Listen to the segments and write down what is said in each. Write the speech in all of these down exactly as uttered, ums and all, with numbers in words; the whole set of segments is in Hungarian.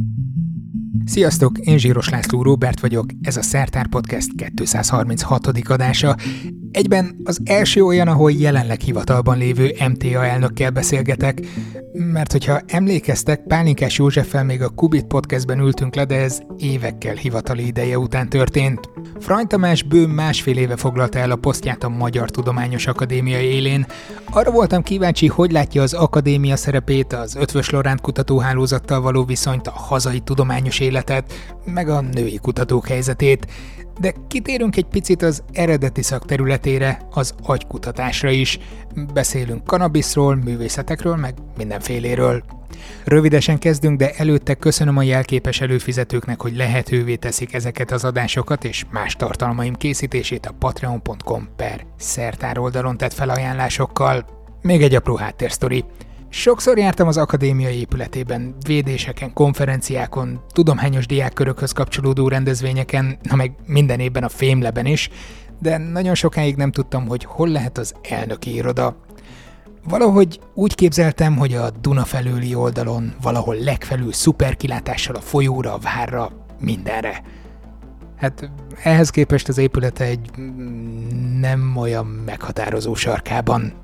Sziasztok, én Zsíros László Róbert vagyok, ez a Szertár Podcast kétszázharminchatodik adása. Egyben az első olyan, ahol jelenleg hivatalban lévő em té á elnökkel beszélgetek, mert hogyha emlékeztek, Pálinkás Józseffel még a Kubit Podcastben ültünk le, de ez évekkel hivatali ideje után történt. Frany Tamás bő másfél éve foglalta el a posztját a Magyar Tudományos Akadémia élén. Arra voltam kíváncsi, hogy látja az akadémia szerepét, az Eötvös Loránd kutatóhálózattal való viszonyt, a hazai tudományos életet, meg a női kutatók helyzetét. De kitérünk egy picit az eredeti szakterületére, az agykutatásra is. Beszélünk kannabiszról, művészetekről, meg mindenféléről. Rövidesen kezdünk, de előtte köszönöm a jelképes előfizetőknek, hogy lehetővé teszik ezeket az adásokat és más tartalmaim készítését a patreon pont com per szertár oldalon tett felajánlásokkal. Még egy apró háttérsztori. Sokszor jártam az akadémia épületében, védéseken, konferenciákon, tudományos diákkörökhöz kapcsolódó rendezvényeken, na meg minden évben a Fémleben is, de nagyon sokáig nem tudtam, hogy hol lehet az elnöki iroda. Valahogy úgy képzeltem, hogy a Duna felőli oldalon, valahol legfelül szuperkilátással a folyóra, a várra, mindenre. Hát ehhez képest az épülete egy nem olyan meghatározó sarkában.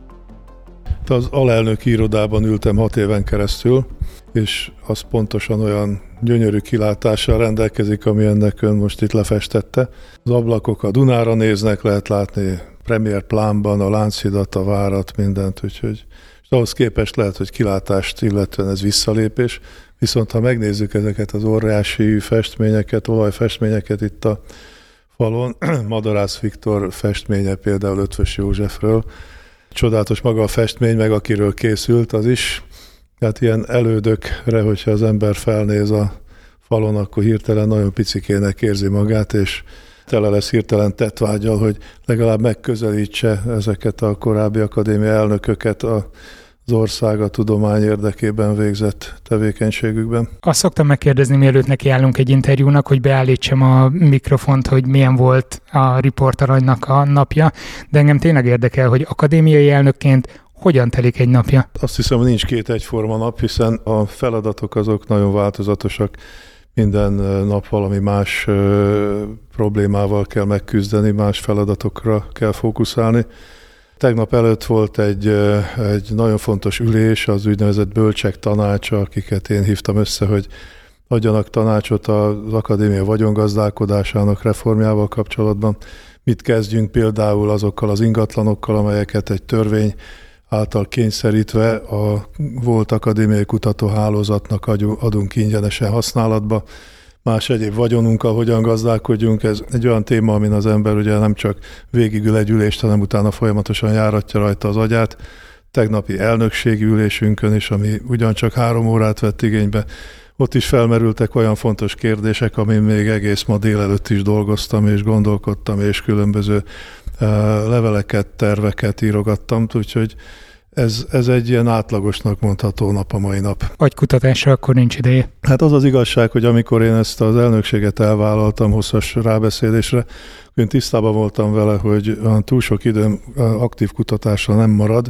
Az alelnöki irodában ültem hat éven keresztül, és az pontosan olyan gyönyörű kilátással rendelkezik, ami ennek ön most itt lefestette. Az ablakok a Dunára néznek, lehet látni Premier plánban a Lánchidat, a várat, mindent, úgyhogy és ahhoz képest lehet, hogy kilátást illetően ez visszalépés, viszont ha megnézzük ezeket az óriási festményeket, olajfestményeket itt a falon, Madarász Viktor festménye például Eötvös Józsefről, csodálatos maga a festmény, meg akiről készült, az is. Hát ilyen elődökre, hogyha az ember felnéz a falon, akkor hirtelen nagyon picikének érzi magát, és tele lesz hirtelen tettvággyal, hogy legalább megközelítse ezeket a korábbi akadémia elnököket az ország a tudomány érdekében végzett tevékenységükben. Azt szoktam megkérdezni, mielőtt nekiállunk egy interjúnak, hogy beállítsam a mikrofont, hogy milyen volt a riportaranynak a napja, de engem tényleg érdekel, hogy akadémiai elnökként hogyan telik egy napja? Azt hiszem, hogy nincs két egyforma nap, hiszen a feladatok azok nagyon változatosak. Minden nap valami más ö, problémával kell megküzdeni, más feladatokra kell fókuszálni. Tegnap előtt volt egy, egy nagyon fontos ülés, az úgynevezett bölcsek tanácsa, akiket én hívtam össze, hogy adjanak tanácsot az akadémia vagyongazdálkodásának reformjával kapcsolatban. Mit kezdjünk például azokkal az ingatlanokkal, amelyeket egy törvény által kényszerítve a volt akadémiai kutatóhálózatnak adunk ingyenesen használatba. Más egyéb vagyonunkkal hogyan gazdálkodjunk, ez egy olyan téma, amin az ember ugye nem csak végigül egy ülést, hanem utána folyamatosan járatja rajta az agyát. Tegnapi elnökségi ülésünkön is, ami ugyancsak három órát vett igénybe, ott is felmerültek olyan fontos kérdések, amin még egész ma délelőtt is dolgoztam, és gondolkodtam, és különböző uh, leveleket, terveket írogattam, úgyhogy Ez, ez egy ilyen átlagosnak mondható nap a mai nap. Agykutatásra akkor nincs ideje? Hát az az igazság, hogy amikor én ezt az elnökséget elvállaltam hosszas rábeszélésre, én tisztában voltam vele, hogy túl sok időm aktív kutatásra nem marad,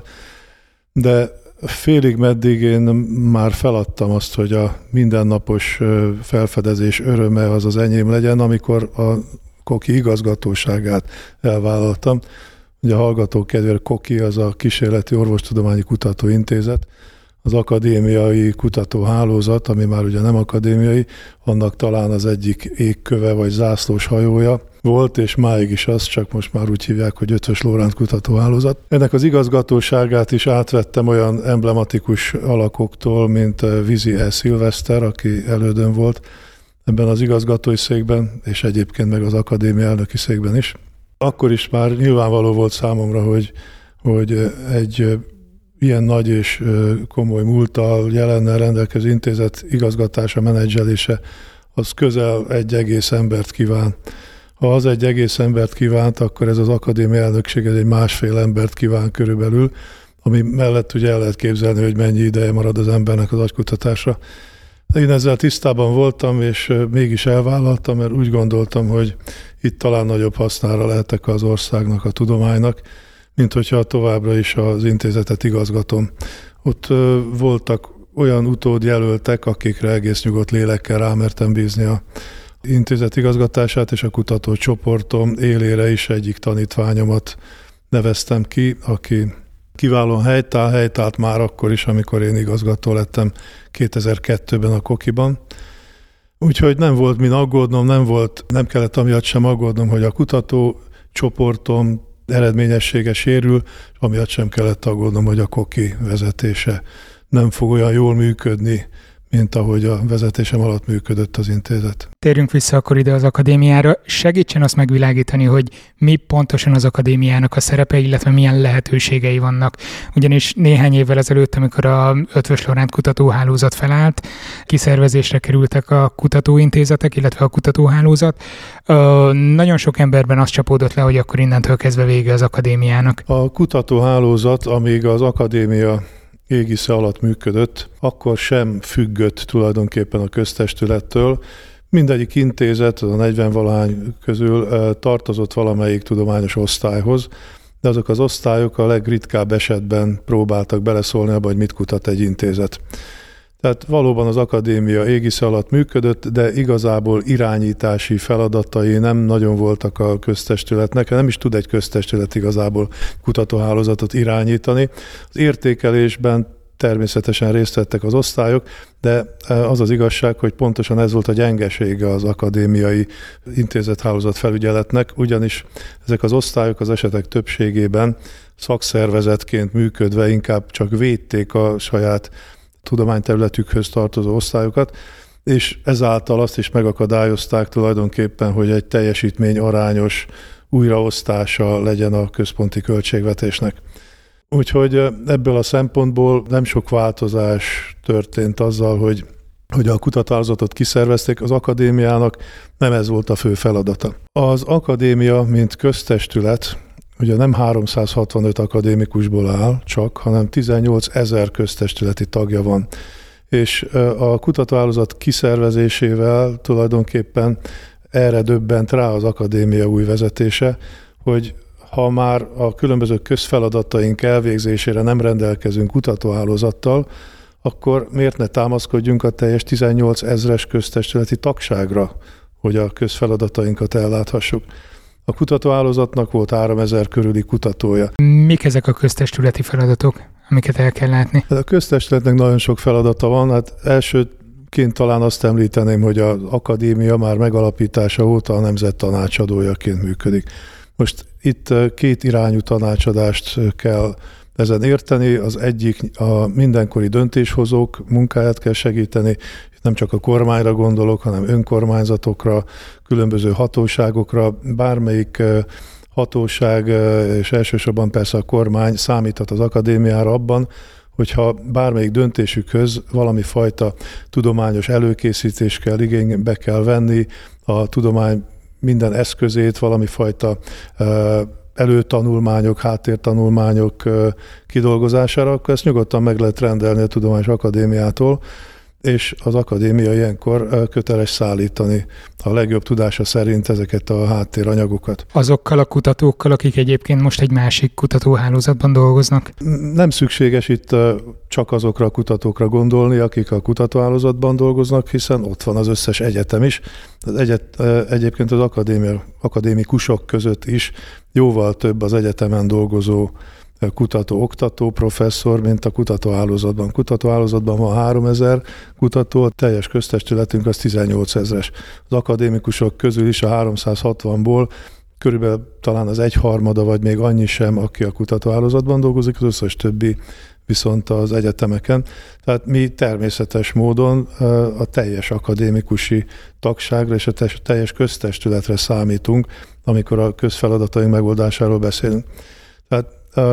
de félig meddig én már feladtam azt, hogy a mindennapos felfedezés öröme az az enyém legyen, amikor a Koki igazgatóságát elvállaltam. Ugye a hallgatók kedvére Koki az a Kísérleti Orvostudományi Kutatóintézet, az akadémiai kutatóhálózat, ami már ugye nem akadémiai, annak talán az egyik égköve vagy zászlós hajója volt, és máig is az, csak most már úgy hívják, hogy Eötvös Loránd kutatóhálózat. Ennek az igazgatóságát is átvettem olyan emblematikus alakoktól, mint Vizi E. Szilveszter, aki elődön volt ebben az igazgatói székben, és egyébként meg az akadémia elnöki székben is. Akkor is már nyilvánvaló volt számomra, hogy, hogy egy ilyen nagy és komoly múlttal jelennel rendelkező intézet igazgatása, menedzselése, az közel egy egész embert kíván. Ha az egy egész embert kívánt, akkor ez az akadémia elnökség ez egy másfél embert kíván körülbelül, ami mellett ugye el lehet képzelni, hogy mennyi ideje marad az embernek az agykutatásra. Én ezzel tisztában voltam, és mégis elvállaltam, mert úgy gondoltam, hogy itt talán nagyobb hasznára lehetek az országnak, a tudománynak, mint hogyha továbbra is az intézetet igazgatom. Ott voltak olyan utódjelöltek, akikre egész nyugodt lélekkel rámertem bízni a intézet igazgatását, és a kutatócsoportom élére is egyik tanítványomat neveztem ki, aki kiválóan helytáll, helytállt már akkor is, amikor én igazgató lettem kétezer-kettőben a Kokiban. Úgyhogy nem volt min aggódnom, nem volt, nem kellett amiatt sem aggódnom, hogy a kutatócsoportom eredményessége sérül, és amiatt sem kellett aggódnom, hogy a Koki vezetése nem fog olyan jól működni, mint ahogy a vezetésem alatt működött az intézet. Térjünk vissza akkor ide az akadémiára. Segítsen azt megvilágítani, hogy mi pontosan az akadémiának a szerepe, illetve milyen lehetőségei vannak. Ugyanis néhány évvel ezelőtt, amikor a Eötvös Loránd kutatóhálózat felállt, kiszervezésre kerültek a kutatóintézetek, illetve a kutatóhálózat. Nagyon sok emberben azt csapódott le, hogy akkor innentől kezdve vége az akadémiának. A kutatóhálózat, amíg az akadémia égisze alatt működött, akkor sem függött tulajdonképpen a köztestülettől. Mindegyik intézet, a negyven-valahány közül tartozott valamelyik tudományos osztályhoz, de azok az osztályok a legritkább esetben próbáltak beleszólni abba, hogy mit kutat egy intézet. Tehát valóban az akadémia égisze alatt működött, de igazából irányítási feladatai nem nagyon voltak a köztestületnek, nem is tud egy köztestület igazából kutatóhálózatot irányítani. Az értékelésben természetesen részt vettek az osztályok, de az az igazság, hogy pontosan ez volt a gyengesége az akadémiai intézethálózat felügyeletnek, ugyanis ezek az osztályok az esetek többségében szakszervezetként működve inkább csak védték a saját tudományterületükhöz tartozó osztályokat, és ezáltal azt is megakadályozták tulajdonképpen, hogy egy teljesítmény arányos újraosztása legyen a központi költségvetésnek. Úgyhogy ebből a szempontból nem sok változás történt azzal, hogy, hogy a kutatóhálózatot kiszervezték, az akadémiának nem ez volt a fő feladata. Az akadémia, mint köztestület, ugye nem háromszázhatvanöt akadémikusból áll csak, hanem tizennyolc ezer köztestületi tagja van. És a kutatóhálózat kiszervezésével tulajdonképpen erre döbbent rá az akadémia új vezetése, hogy ha már a különböző közfeladataink elvégzésére nem rendelkezünk kutatóhálózattal, akkor miért ne támaszkodjunk a teljes tizennyolc ezres köztestületi tagságra, hogy a közfeladatainkat elláthassuk. A kutatóhálózatnak volt háromezer körüli kutatója. Mik ezek a köztestületi feladatok, amiket el kell látni? A köztestületnek nagyon sok feladata van. Hát elsőként talán azt említeném, hogy az akadémia már megalapítása óta a nemzet tanácsadójaként működik. Most itt két irányú tanácsadást kell ezen érteni. Az egyik a mindenkori döntéshozók munkáját kell segíteni. Itt nem csak a kormányra gondolok, hanem önkormányzatokra, különböző hatóságokra, bármelyik hatóság, és elsősorban persze a kormány számíthat az akadémiára abban, hogyha bármelyik döntésükhöz valami fajta tudományos előkészítést kell igénybe kell venni, a tudomány minden eszközét, valami fajta előtanulmányok, háttértanulmányok kidolgozására, akkor ezt nyugodtan meg lehet rendelni a Tudományos Akadémiától, és az akadémia ilyenkor köteles szállítani a legjobb tudása szerint ezeket a háttéranyagokat. Azokkal a kutatókkal, akik egyébként most egy másik kutatóhálózatban dolgoznak? Nem szükséges itt csak azokra a kutatókra gondolni, akik a kutatóhálózatban dolgoznak, hiszen ott van az összes egyetem is. Az egyet, egyébként az akadémia, akadémikusok között is jóval több az egyetemen dolgozó kutató, oktató, professzor, mint a kutatóhálózatban. Kutatóhálózatban van háromezer kutató, a teljes köztestületünk az tizennyolc ezres. Az akadémikusok közül is a háromszázhatvanból körülbelül talán az egyharmada, vagy még annyi sem, aki a kutatóhálózatban dolgozik, az összes többi viszont az egyetemeken. Tehát mi természetes módon a teljes akadémikusi tagságra és a teljes köztestületre számítunk, amikor a közfeladataink megoldásáról beszélünk. Tehát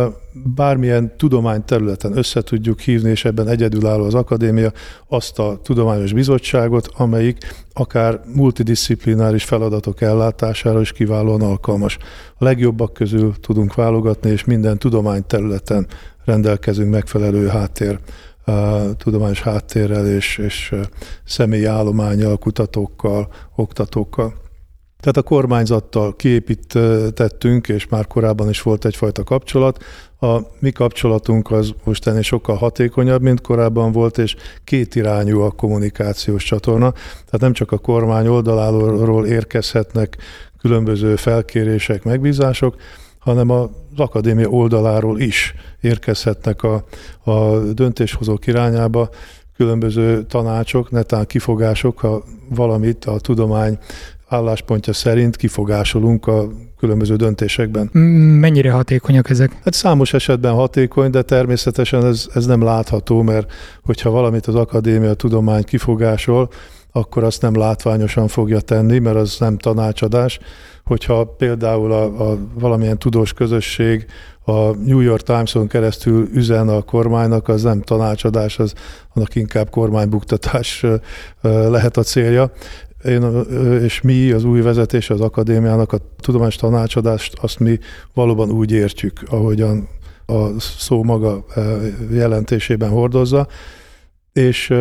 bármilyen tudományterületen össze tudjuk hívni, és ebben egyedülálló az akadémia, azt a tudományos bizottságot, amelyik akár multidisziplináris feladatok ellátására is kiválóan alkalmas. A legjobbak közül tudunk válogatni, és minden tudományterületen rendelkezünk megfelelő háttér, tudományos háttérrel és, és személyi állománnyal, kutatókkal, oktatókkal. Tehát a kormányzattal kiépítettünk, és már korábban is volt egyfajta kapcsolat. A mi kapcsolatunk az most ennél sokkal hatékonyabb, mint korábban volt, és kétirányú a kommunikációs csatorna. Tehát nem csak a kormány oldaláról érkezhetnek különböző felkérések, megbízások, hanem az akadémia oldaláról is érkezhetnek a, a döntéshozók irányába különböző tanácsok, netán kifogások, ha valamit a tudomány álláspontja szerint kifogásolunk a különböző döntésekben. Mennyire hatékonyak ezek? Hát számos esetben hatékony, de természetesen ez, ez nem látható, mert hogyha valamit az akadémia, a tudomány kifogásol, akkor azt nem látványosan fogja tenni, mert az nem tanácsadás. Hogyha például a, a valamilyen tudós közösség a New York Timeson keresztül üzen a kormánynak, az nem tanácsadás, az annak inkább kormánybuktatás lehet a célja. Én és mi, az új vezetés az akadémiának a tudományos tanácsadást, azt mi valóban úgy értjük, ahogyan a szó maga jelentésében hordozza, és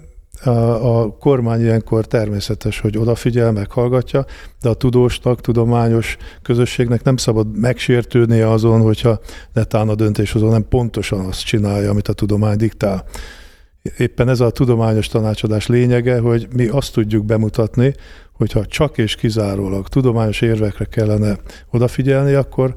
a kormány ilyenkor természetes, hogy odafigyel, meghallgatja, de a tudósnak, tudományos közösségnek nem szabad megsértődnie azon, hogyha netán a döntéshozó nem pontosan azt csinálja, amit a tudomány diktál. Éppen ez a tudományos tanácsadás lényege, hogy mi azt tudjuk bemutatni, hogyha csak és kizárólag tudományos érvekre kellene odafigyelni, akkor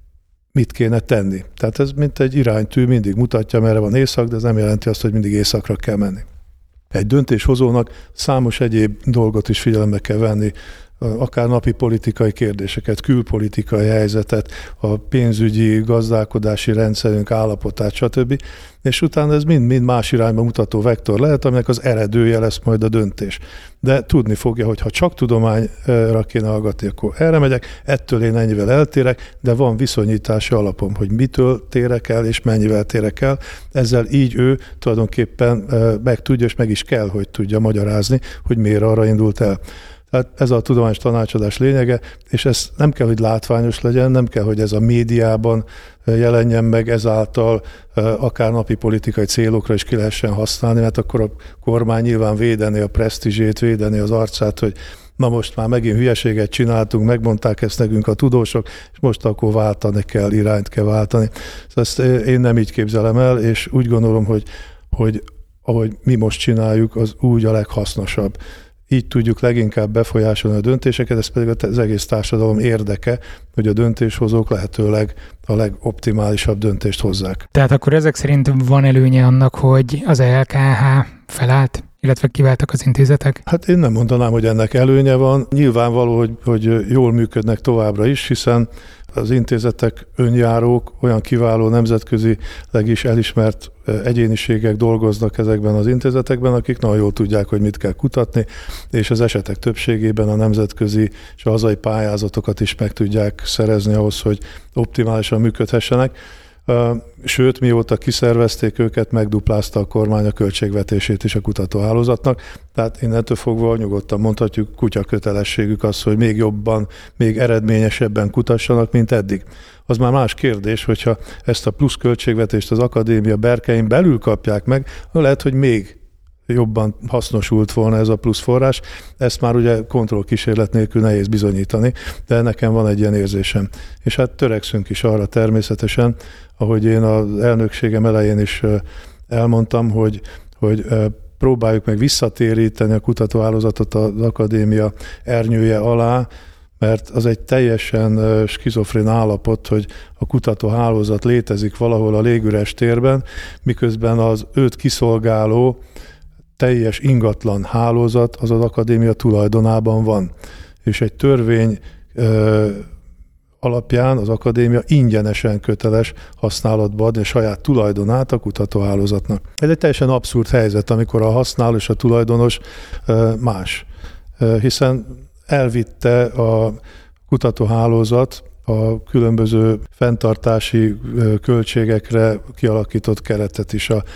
mit kéne tenni. Tehát ez mint egy iránytű, mindig mutatja, merre van észak, de ez nem jelenti azt, hogy mindig északra kell menni. Egy döntéshozónak számos egyéb dolgot is figyelembe kell venni, akár napi politikai kérdéseket, külpolitikai helyzetet, a pénzügyi, gazdálkodási rendszerünk állapotát, stb. És utána ez mind-mind más irányba mutató vektor lehet, aminek az eredője lesz majd a döntés. De tudni fogja, hogy ha csak tudományra kéne hallgatni, akkor erre megyek, ettől én ennyivel eltérek, de van viszonyítási alapom, hogy mitől térek el, és mennyivel térek el. Ezzel így ő tulajdonképpen meg tudja, és meg is kell, hogy tudja magyarázni, hogy miért arra indult el. Tehát ez a tudományos tanácsadás lényege, és ez nem kell, hogy látványos legyen, nem kell, hogy ez a médiában jelenjen meg, ezáltal akár napi politikai célokra is ki lehessen használni, mert akkor a kormány nyilván védeni a presztízsét, védeni az arcát, hogy na most már megint hülyeséget csináltunk, megmondták ezt nekünk a tudósok, és most akkor váltani kell, irányt kell váltani. Ezt én nem így képzelem el, és úgy gondolom, hogy, hogy ahogy mi most csináljuk, az úgy a leghasznosabb. Így tudjuk leginkább befolyásolni a döntéseket, ez pedig az egész társadalom érdeke, hogy a döntéshozók lehetőleg a legoptimálisabb döntést hozzák. Tehát akkor ezek szerint van előnye annak, hogy az é el ká há felállt, illetve kiváltak az intézetek? Hát én nem mondanám, hogy ennek előnye van. Nyilvánvaló, hogy, hogy jól működnek továbbra is, hiszen az intézetek önjárók, olyan kiváló nemzetközileg is elismert egyéniségek dolgoznak ezekben az intézetekben, akik nagyon jól tudják, hogy mit kell kutatni, és az esetek többségében a nemzetközi és a hazai pályázatokat is meg tudják szerezni ahhoz, hogy optimálisan működhessenek. Sőt, mióta kiszervezték őket, megduplázta a kormány a költségvetését is a kutatóhálózatnak. Tehát innentől fogva nyugodtan mondhatjuk, kutya kötelességük az, hogy még jobban, még eredményesebben kutassanak, mint eddig. Az már más kérdés, hogyha ezt a plusz költségvetést az akadémia berkein belül kapják meg, lehet, hogy még jobban hasznosult volna ez a plusz forrás. Ezt már ugye kontrollkísérlet nélkül nehéz bizonyítani, de nekem van egy ilyen érzésem. És hát törekszünk is arra természetesen, ahogy én az elnökségem elején is elmondtam, hogy, hogy próbáljuk meg visszatéríteni a kutatóhálózatot az akadémia ernyője alá, mert az egy teljesen skizofrén állapot, hogy a kutatóhálózat létezik valahol a légüres térben, miközben az őt kiszolgáló teljes ingatlan hálózat az az akadémia tulajdonában van. És egy törvény ö, alapján az akadémia ingyenesen köteles használatba adni a saját tulajdonát a kutatóhálózatnak. Ez egy teljesen abszurd helyzet, amikor a használó és a tulajdonos ö, más. Ö, hiszen elvitte a kutatóhálózat a különböző fenntartási költségekre kialakított keretet is, a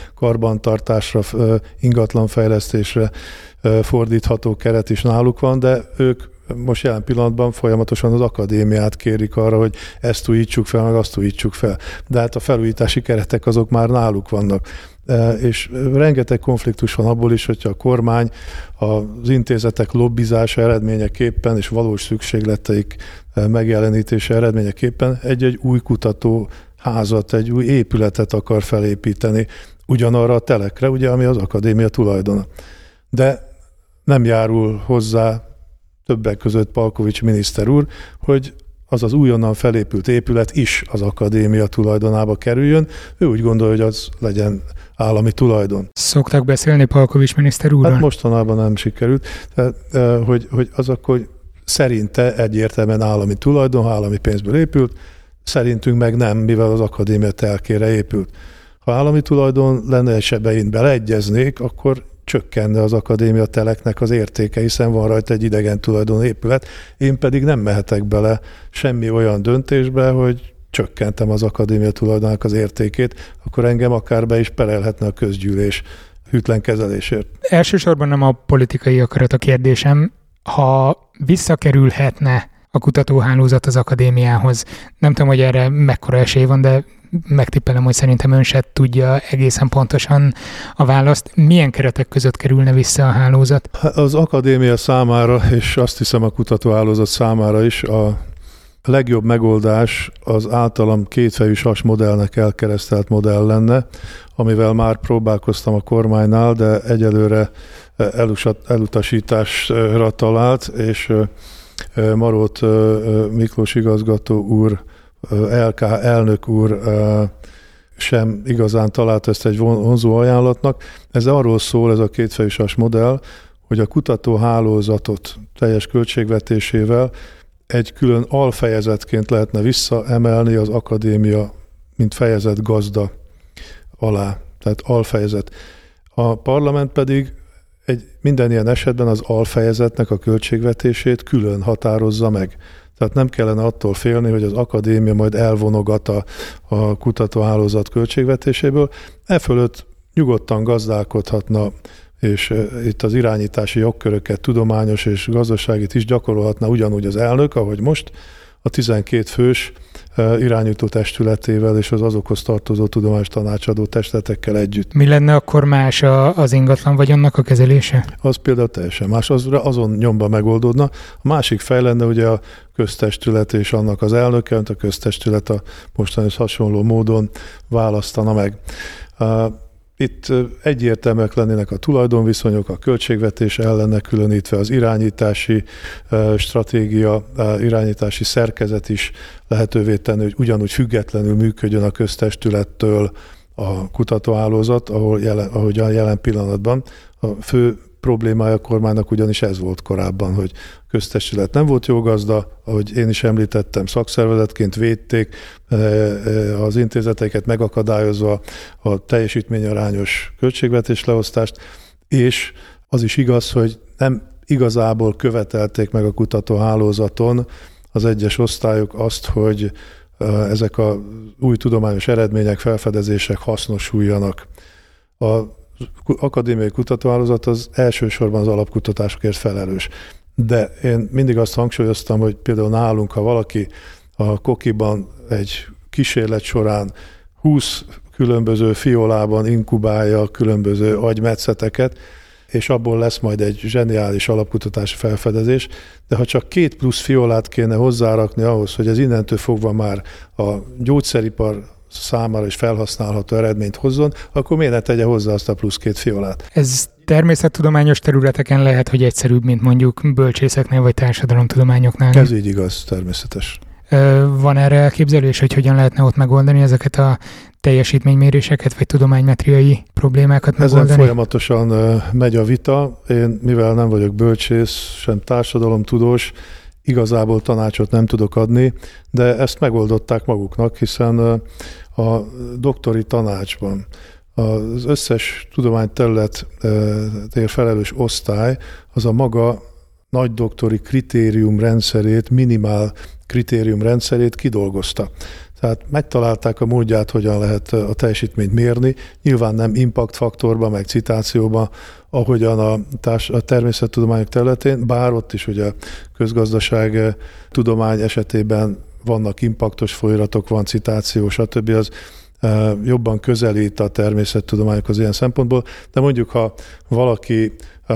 karbantartásra, ingatlanfejlesztésre fordítható keret is náluk van, de ők most jelen pillanatban folyamatosan az akadémiát kérik arra, hogy ezt újítsuk fel, meg azt újítsuk fel. De hát a felújítási keretek azok már náluk vannak. És rengeteg konfliktus van abból is, hogyha a kormány az intézetek lobbizása eredményeképpen és valós szükségleteik megjelenítése eredményeképpen egy-egy új kutatóházat, egy új épületet akar felépíteni ugyanarra a telekre, ugye, ami az akadémia tulajdona. De nem járul hozzá többek között Palkovics miniszter úr, hogy az az újonnan felépült épület is az akadémia tulajdonába kerüljön. Ő úgy gondolja, hogy az legyen állami tulajdon. Szoktak beszélni Palkovics miniszter úrral? Hát mostanában nem sikerült. Tehát, hogy, hogy az akkor szerinte egyértelműen állami tulajdon, ha állami pénzből épült, szerintünk meg nem, mivel az akadémia telkére épült. Ha állami tulajdon lenne, és ebbe én beleegyeznék, akkor csökkenne az akadémia teleknek az értéke, hiszen van rajta egy idegen tulajdonú épület. Én pedig nem mehetek bele semmi olyan döntésbe, hogy csökkentem az akadémia tulajdonának az értékét, akkor engem akár be is perelhetne a közgyűlés hűtlen kezelésért. Elsősorban nem a politikai akarat a kérdésem. Ha visszakerülhetne a kutatóhálózat az akadémiához, nem tudom, hogy erre mekkora esély van, de megtippelem, hogy szerintem ön se tudja egészen pontosan a választ. Milyen keretek között kerülne vissza a hálózat? Az akadémia számára, és azt hiszem a kutatóhálózat számára is a legjobb megoldás az általam kétfejű sas modellnek elkeresztelt modell lenne, amivel már próbálkoztam a kormánynál, de egyelőre elutasításra talált, és Marót Miklós igazgató úr, el ká elnök úr sem igazán talált ezt egy vonzó ajánlatnak. Ez arról szól, ez a kétfejű sas modell, hogy a kutatóhálózatot teljes költségvetésével egy külön alfejezetként lehetne visszaemelni az akadémia, mint fejezet gazda alá, tehát alfejezet. A parlament pedig egy minden ilyen esetben az alfejezetnek a költségvetését külön határozza meg. Tehát nem kellene attól félni, hogy az akadémia majd elvonogat a, a kutatóhálózat költségvetéséből. E fölött nyugodtan gazdálkodhatna, és itt az irányítási jogköröket, tudományos és gazdaságit is gyakorolhatna ugyanúgy az elnök, ahogy most, a tizenkét fős irányító testületével és az azokhoz tartozó tudományos tanácsadó testületekkel együtt. Mi lenne akkor más az ingatlan vagyonnak a kezelése? Az például teljesen más, az, azon nyomban megoldódna. A másik fej lenne ugye a köztestület és annak az elnöke, a köztestület a mostani hasonló módon választana meg. Itt egyértelműek lennének a tulajdonviszonyok, a költségvetés el lenne különítve, az irányítási stratégia, irányítási szerkezet is lehetővé tenni, hogy ugyanúgy függetlenül működjön a köztestülettől a kutatóhálózat, ahol jelen, ahogy a jelen pillanatban. A fő problémája a kormánynak ugyanis ez volt korábban, hogy köztestület nem volt jó gazda, ahogy én is említettem, szakszervezetként védték az intézeteket, megakadályozva a teljesítményarányos költségvetés leosztást, és az is igaz, hogy nem igazából követelték meg a kutatóhálózaton az egyes osztályok azt, hogy ezek az új tudományos eredmények, felfedezések hasznosuljanak. A akadémiai kutatóhálózat az elsősorban az alapkutatásokért felelős. De én mindig azt hangsúlyoztam, hogy például nálunk, ha valaki a kokiban egy kísérlet során húsz különböző fiolában inkubálja a különböző agymetszeteket, és abból lesz majd egy zseniális alapkutatási felfedezés, de ha csak két plusz fiolát kéne hozzárakni ahhoz, hogy ez innentől fogva már a gyógyszeripar számára is felhasználható eredményt hozzon, akkor miért ne tegye hozzá azt a plusz két fiolát? Ez természettudományos területeken lehet, hogy egyszerűbb, mint mondjuk bölcsészeknél vagy társadalomtudományoknál. Ez így igaz, természetes. Van erre elképzelés, hogy hogyan lehetne ott megoldani ezeket a teljesítményméréseket, vagy tudománymetriai problémákat megoldani? Ezen folyamatosan megy a vita. Én, mivel nem vagyok bölcsész, sem társadalomtudós, igazából tanácsot nem tudok adni, de ezt megoldották maguknak, hiszen a doktori tanácsban az összes tudományterületért felelős osztály az a maga nagy doktori kritérium rendszerét, minimál kritérium rendszerét kidolgozta. Tehát megtalálták a módját, hogyan lehet a teljesítményt mérni, nyilván nem impact faktorban, meg citációban, ahogyan a, társ, a természettudományok területén, bár ott is ugye a közgazdaság tudomány esetében vannak impaktos folyamatok, van citáció, stb. Az jobban közelít a természettudományokhoz ilyen szempontból, de mondjuk, ha valaki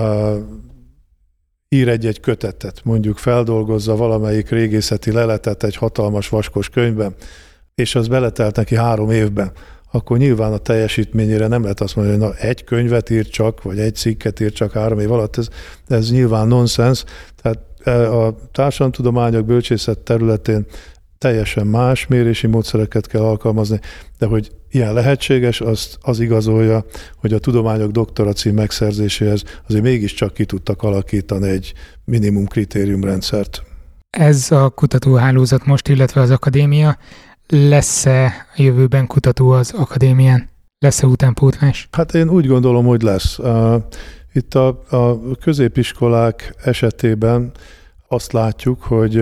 ír egy-egy kötetet, mondjuk feldolgozza valamelyik régészeti leletet egy hatalmas vaskos könyvben, és az beletelt neki három évben, akkor nyilván a teljesítményére nem lehet azt mondani, hogy na, egy könyvet ír csak, vagy egy cikket ír csak három év alatt, ez, ez nyilván nonsens. Tehát a társadalomtudományok, bölcsészet területén teljesen más mérési módszereket kell alkalmazni, de hogy ilyen lehetséges, azt, az igazolja, hogy a tudományok doktora cím megszerzéséhez azért mégiscsak ki tudtak alakítani egy minimum kritériumrendszert. Ez a kutatóhálózat most, illetve az akadémia, lesz-e a jövőben kutató az akadémián? Lesz-e utánpótlás? Hát én úgy gondolom, hogy lesz. Itt a, a középiskolák esetében azt látjuk, hogy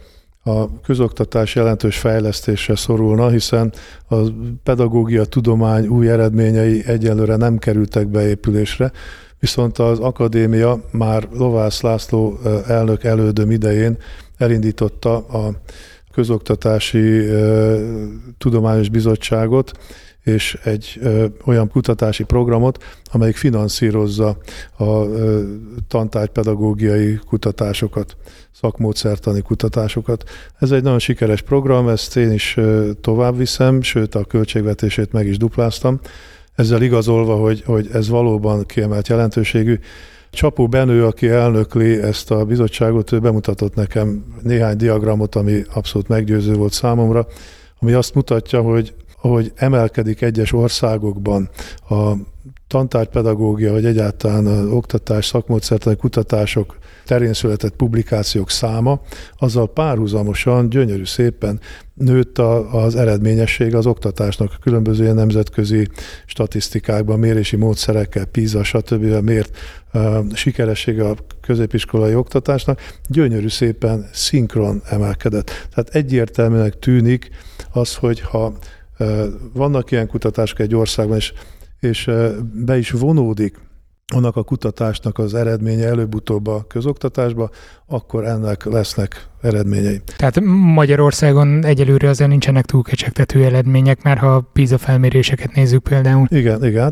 a közoktatás jelentős fejlesztésre szorulna, hiszen a pedagógia tudomány új eredményei egyelőre nem kerültek beépülésre, viszont az akadémia már Lovász László elnök elődöm idején elindította a közoktatási tudományos bizottságot, és egy ö, olyan kutatási programot, amelyik finanszírozza a ö, tantárgypedagógiai kutatásokat, szakmódszertani kutatásokat. Ez egy nagyon sikeres program, ezt én is ö, tovább viszem, sőt a költségvetését meg is dupláztam. Ezzel igazolva, hogy, hogy ez valóban kiemelt jelentőségű. Csapó Benő, aki elnökli ezt a bizottságot, ő bemutatott nekem néhány diagramot, ami abszolút meggyőző volt számomra, ami azt mutatja, hogy ahogy emelkedik egyes országokban a tantárgypedagógia, vagy egyáltalán az oktatás, szakmódszertani kutatások terén született publikációk száma, azzal párhuzamosan gyönyörű szépen nőtt a, az eredményesség az oktatásnak, a különböző ilyen nemzetközi statisztikákban, mérési módszerekkel, PISA, stb. Mért uh, sikeressége a középiskolai oktatásnak, gyönyörű szépen szinkron emelkedett. Tehát egyértelműnek tűnik az, hogy ha vannak ilyen kutatások egy országban, és, és be is vonódik annak a kutatásnak az eredménye előbb-utóbb a közoktatásba, akkor ennek lesznek eredményei. Tehát Magyarországon egyelőre azért nincsenek túl kecsegtető eredmények, már ha a PISA felméréseket nézzük például. Igen, igen.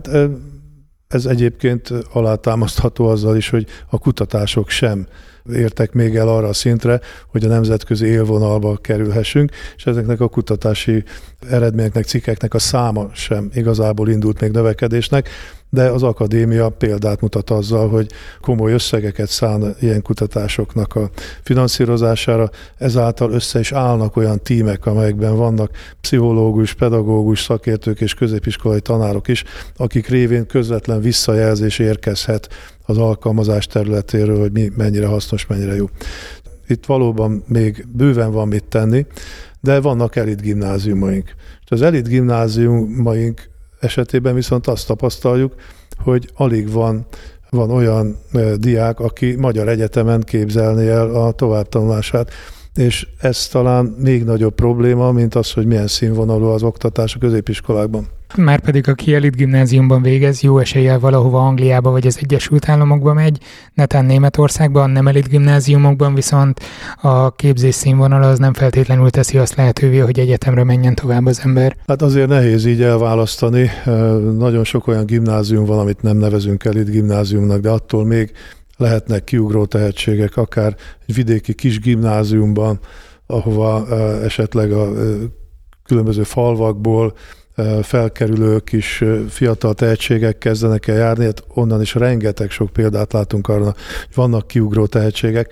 Ez egyébként alátámasztható azzal is, hogy a kutatások sem értek még el arra a szintre, hogy a nemzetközi élvonalba kerülhessünk, és ezeknek a kutatási eredményeknek, cikkeknek a száma sem igazából indult még növekedésnek, de az akadémia példát mutat azzal, hogy komoly összegeket szán ilyen kutatásoknak a finanszírozására, ezáltal össze is állnak olyan tímek, amelyekben vannak pszichológus, pedagógus, szakértők és középiskolai tanárok is, akik révén közvetlen visszajelzés érkezhet az alkalmazás területéről, hogy mi mennyire hasznos, mennyire jó. Itt valóban még bőven van mit tenni, de vannak elit gimnáziumaink. És az elit gimnáziumaink esetében viszont azt tapasztaljuk, hogy alig van, van olyan e, diák, aki magyar egyetemen képzelné el a továbbtanulását, és ez talán még nagyobb probléma, mint az, hogy milyen színvonalú az oktatás a középiskolákban. Márpedig aki elit gimnáziumban végez, jó eséllyel valahova Angliába vagy az Egyesült Államokba megy, netán Németországban, nem elit gimnáziumokban, viszont a képzés színvonala az nem feltétlenül teszi azt lehetővé, hogy egyetemre menjen tovább az ember. Hát azért nehéz így elválasztani. Nagyon sok olyan gimnázium van, amit nem nevezünk elit gimnáziumnak, de attól még lehetnek kiugró tehetségek, akár egy vidéki kis gimnáziumban, ahova esetleg a különböző falvakból felkerülő kis fiatal tehetségek kezdenek el járni, hát onnan is rengeteg sok példát látunk arra, hogy vannak kiugró tehetségek.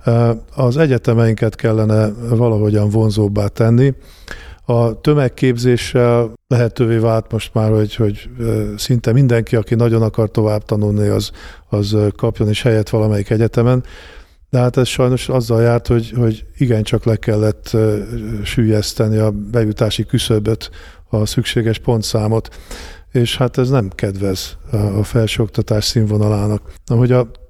Az egyetemeinket kellene valahogyan vonzóbbá tenni. A tömegképzéssel lehetővé vált most már, hogy, hogy szinte mindenki, aki nagyon akar tovább tanulni, az, az kapjon is helyet valamelyik egyetemen. De hát ez sajnos azzal járt, hogy, hogy igencsak le kellett süllyeszteni a bejutási küszöböt, a szükséges pontszámot, és hát ez nem kedvez a felsőoktatás színvonalának. Ahogy a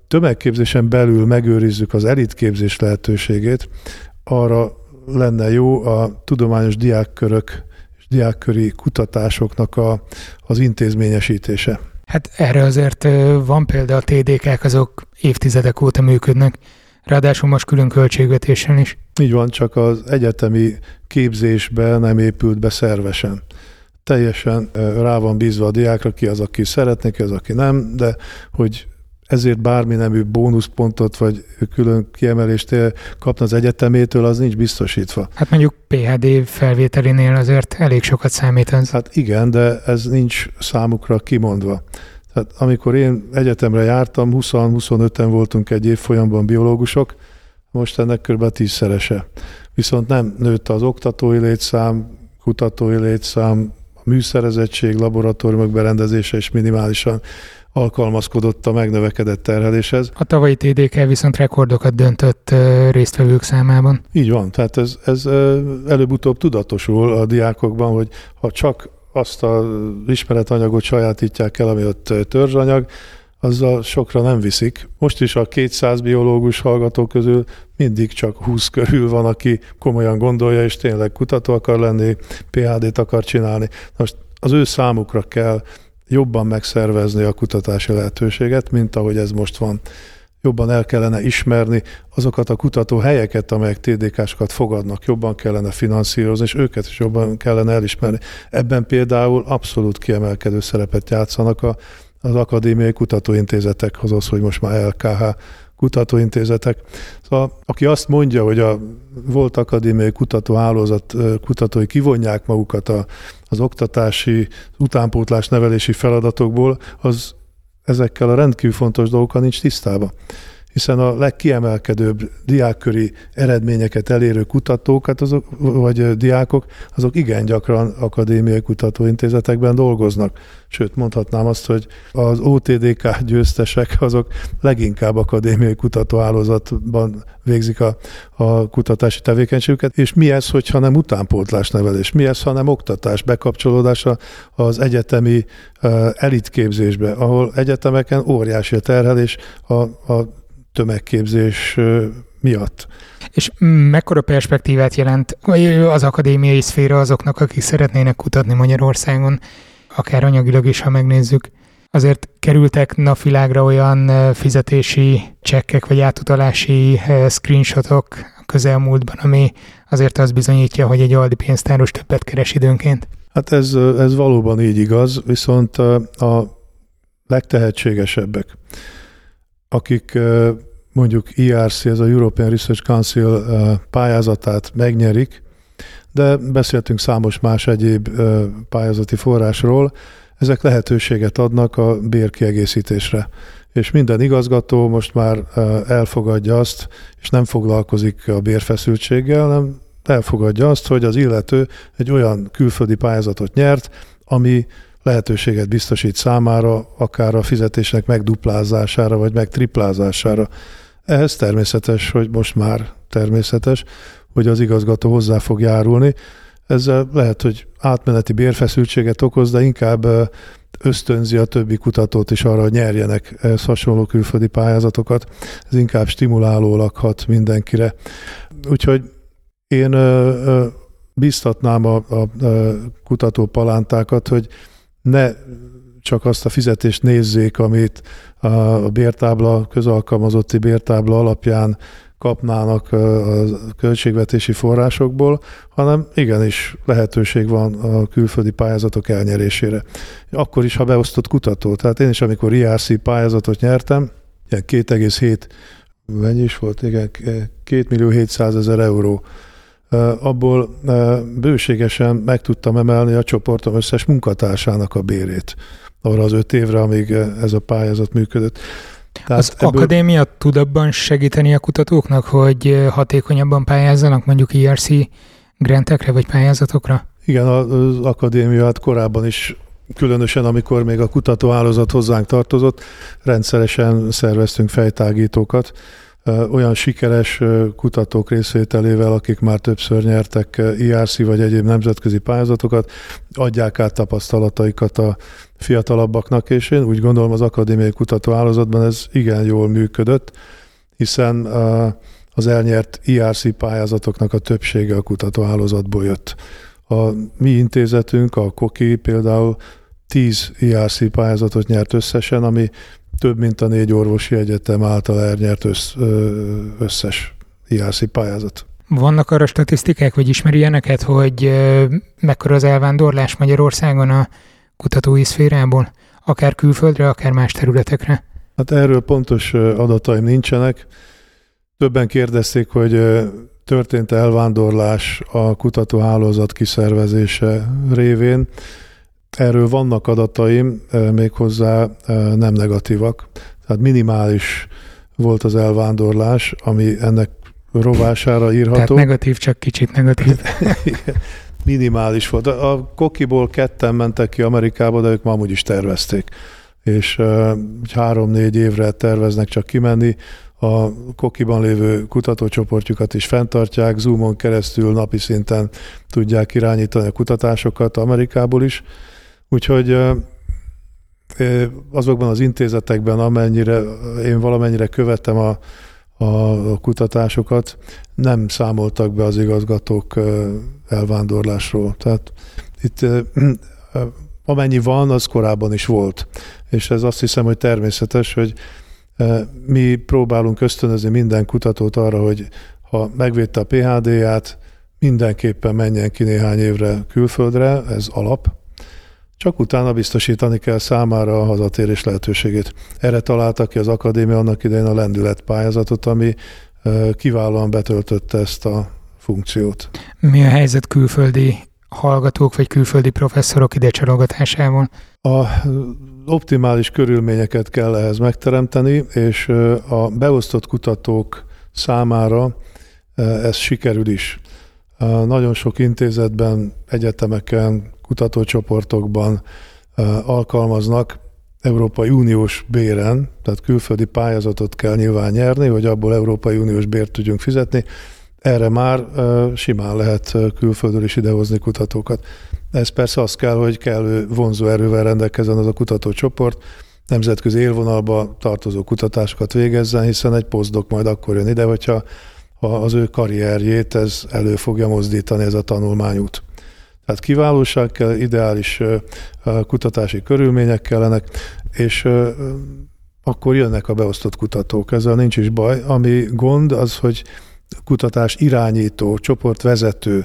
tömegképzésen belül megőrizzük az elitképzés lehetőségét, arra lenne jó a tudományos diákkörök és diákköri kutatásoknak a, az intézményesítése. Hát erre azért van példa, a té dé ká-k azok évtizedek óta működnek, ráadásul most külön költségvetéssel is. Így van, csak az egyetemi képzésbe nem épült be szervesen. Teljesen rá van bízva a diákra, ki az, aki szeretné, ki az, aki nem, de hogy ezért bármi nemű bónuszpontot vagy külön kiemelést kapna az egyetemétől, az nincs biztosítva. Hát mondjuk pé há dé felvételénél azért elég sokat számít ez. Hát igen, de ez nincs számukra kimondva. Tehát amikor én egyetemre jártam, húsz-huszonöten voltunk egy évfolyamban biológusok, most ennek kb. tízszerese. Viszont nem nőtt az oktatói létszám, kutatói létszám, a műszerezettség, laboratóriumok berendezése is minimálisan alkalmazkodott a megnövekedett terheléshez. A tavalyi té dé ká viszont rekordokat döntött résztvevők számában. Így van, tehát ez, ez előbb-utóbb tudatosul a diákokban, hogy ha csak azt az ismeretanyagot sajátítják el, ami ott törzsanyag, azzal sokra nem viszik. Most is a kétszáz biológus hallgató közül mindig csak húsz körül van, aki komolyan gondolja, és tényleg kutató akar lenni, pé há dét akar csinálni. Most az ő számukra kell jobban megszervezni a kutatási lehetőséget, mint ahogy ez most van. Jobban el kellene ismerni azokat a kutatóhelyeket, amelyek té dé ká-sokat fogadnak, jobban kellene finanszírozni, és őket is jobban kellene elismerni. Ebben például abszolút kiemelkedő szerepet játszanak a, az akadémiai kutatóintézetek, azaz, hogy most már el ká há kutatóintézetek. Szóval, aki azt mondja, hogy a volt akadémiai kutatóhálózat kutatói kivonják magukat a, az oktatási, utánpótlás nevelési feladatokból, az ezekkel a rendkívül fontos dolgokkal nincs tisztában. Hiszen a legkiemelkedőbb diákköri eredményeket elérő kutatók, hát azok, vagy diákok, azok igen gyakran akadémiai kutatóintézetekben dolgoznak. Sőt, mondhatnám azt, hogy az o té dé ká győztesek azok leginkább akadémiai kutatóhálózatban végzik a, a kutatási tevékenységüket. És mi ez, hogyha nem utánpótlás nevelés? Mi ez, ha nem oktatás, bekapcsolódása az egyetemi uh, elitképzésbe, ahol egyetemeken óriási a terhelés a, a tömegképzés miatt. És mekkora perspektívát jelent az akadémiai szféra azoknak, akik szeretnének kutatni Magyarországon, akár anyagilag is, ha megnézzük? Azért kerültek napvilágra olyan fizetési csekkek, vagy átutalási screenshotok a közelmúltban, ami azért azt bizonyítja, hogy egy aldi pénztáros többet keres időnként. Hát ez, ez valóban így igaz, viszont a legtehetségesebbek, akik mondjuk i er cé, ez a European Research Council pályázatát megnyerik, de beszéltünk számos más egyéb pályázati forrásról, ezek lehetőséget adnak a bérkiegészítésre. És minden igazgató most már elfogadja azt, és nem foglalkozik a bérfeszültséggel, hanem elfogadja azt, hogy az illető egy olyan külföldi pályázatot nyert, ami lehetőséget biztosít számára, akár a fizetésnek megduplázására, vagy megtriplázására. Ehhez természetes, hogy most már természetes, hogy az igazgató hozzá fog járulni. Ezzel lehet, hogy átmeneti bérfeszültséget okoz, de inkább ösztönzi a többi kutatót is arra, hogy nyerjenek ehhez hasonló külföldi pályázatokat. Ez inkább stimulálólag hat mindenkire. Úgyhogy én biztatnám a, a, a kutatópalántákat, hogy ne csak azt a fizetést nézzék, amit a bértábla, közalkalmazotti bértábla alapján kapnának a költségvetési forrásokból, hanem igenis lehetőség van a külföldi pályázatok elnyerésére. Akkor is, ha beosztott kutató. Tehát én is, amikor i er cé pályázatot nyertem, ilyen két egész hét, mennyi is volt? Igen, két millió hétszázezer euró. Abból bőségesen meg tudtam emelni a csoportom összes munkatársának a bérét arra az öt évre, amíg ez a pályázat működött. Tehát az ebből... akadémia tud abban segíteni a kutatóknak, hogy hatékonyabban pályázzanak mondjuk i er cé grantekre vagy pályázatokra? Igen, az akadémia hát korábban is, különösen amikor még a kutatóhálózat hozzánk tartozott, rendszeresen szerveztünk fejtágítókat, olyan sikeres kutatók részvételével, akik már többször nyertek i er cé vagy egyéb nemzetközi pályázatokat, adják át tapasztalataikat a fiatalabbaknak, és én úgy gondolom az akadémiai kutatóhálózatban ez igen jól működött, hiszen az elnyert i er cé pályázatoknak a többsége a kutatóhálózatból jött. A mi intézetünk, a Koki például tíz i er cé pályázatot nyert összesen, ami több, mint a négy orvosi egyetem által elnyert össz, összes i er cé pályázat. Vannak arra statisztikák, vagy ismeri ilyeneket, hogy mekkora az elvándorlás Magyarországon a kutatói szférából, akár külföldre, akár más területekre? Hát erről pontos adataim nincsenek. Többen kérdezték, hogy történt elvándorlás a kutatóhálózat kiszervezése révén. Erről vannak adataim, méghozzá nem negatívak. Tehát minimális volt az elvándorlás, ami ennek rovására írható. Tehát negatív, csak kicsit negatív. Minimális volt. A Kokiból ketten mentek ki Amerikába, de ők már amúgy is tervezték. És három-négy évre terveznek csak kimenni. A Kokiban lévő kutatócsoportjukat is fenntartják, Zoomon keresztül napi szinten tudják irányítani a kutatásokat Amerikából is. Úgyhogy azokban az intézetekben, amennyire én valamennyire követem a, a kutatásokat, nem számoltak be az igazgatók elvándorlásról. Tehát itt amennyi van, az korábban is volt. És ez azt hiszem, hogy természetes, hogy mi próbálunk ösztönözni minden kutatót arra, hogy ha megvédte a pé há dé-ját, mindenképpen menjen ki néhány évre külföldre, ez alap. Csak utána biztosítani kell számára a hazatérés lehetőségét. Erre találta ki az akadémia annak idején a lendület pályázatot, ami kiválóan betöltötte ezt a funkciót. Mi a helyzet külföldi hallgatók vagy külföldi professzorok idecsalogatásával? A optimális körülményeket kell ehhez megteremteni, és a beosztott kutatók számára ez sikerül is. Nagyon sok intézetben, egyetemeken, kutatócsoportokban alkalmaznak Európai Uniós béren, tehát külföldi pályázatot kell nyilván nyerni, hogy abból Európai Uniós bért tudjunk fizetni. Erre már simán lehet külföldről is idehozni kutatókat. Ez persze az kell, hogy kellő vonzóerővel rendelkezzen az a kutatócsoport, nemzetközi élvonalba tartozó kutatásokat végezzen, hiszen egy posztdoc majd akkor jön ide, hogyha ha az ő karrierjét ez elő fogja mozdítani, ez a tanulmányút. Tehát kiválóság kell, ideális kutatási körülmények kellenek, és akkor jönnek a beosztott kutatók. Ezzel nincs is baj. Ami gond az, hogy kutatás irányító, csoportvezető,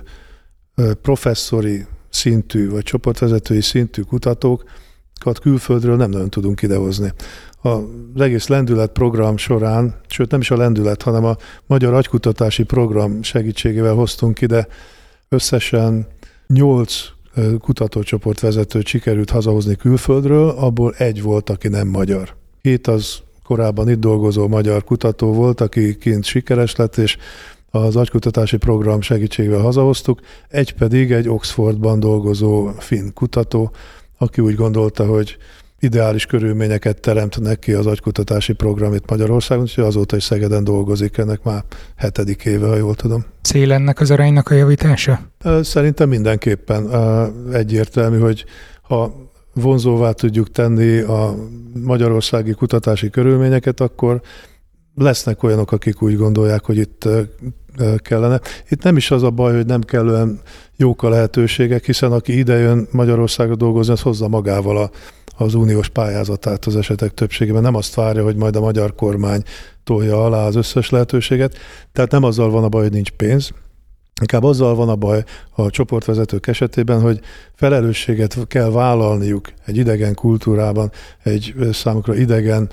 professzori szintű, vagy csoportvezetői szintű kutatókat külföldről nem nagyon tudunk idehozni. Az egész lendület program során, sőt nem is a lendület, hanem a Magyar Agykutatási Program segítségével hoztunk ide összesen nyolc kutatócsoportvezetőt sikerült hazahozni külföldről, abból egy volt, aki nem magyar. Hét az korábban itt dolgozó magyar kutató volt, aki kint sikeres lett, és az agykutatási program segítségével hazahoztuk, egy pedig egy Oxfordban dolgozó finn kutató, aki úgy gondolta, hogy ideális körülményeket teremt neki az agykutatási program itt Magyarországon, úgyhogy azóta is Szegeden dolgozik, ennek már hetedik éve, ha jól tudom. Cél ennek az aránynak a javítása? Szerintem mindenképpen egyértelmű, hogy ha vonzóvá tudjuk tenni a magyarországi kutatási körülményeket, akkor lesznek olyanok, akik úgy gondolják, hogy itt kellene. Itt nem is az a baj, hogy nem kellően jók a lehetőségek, hiszen aki idejön Magyarországra dolgozni, az hozza magával a, az uniós pályázatát az esetek többségében. Nem azt várja, hogy majd a magyar kormány tolja alá az összes lehetőséget. Tehát nem azzal van a baj, hogy nincs pénz, inkább azzal van a baj a csoportvezetők esetében, hogy felelősséget kell vállalniuk egy idegen kultúrában, egy számukra idegen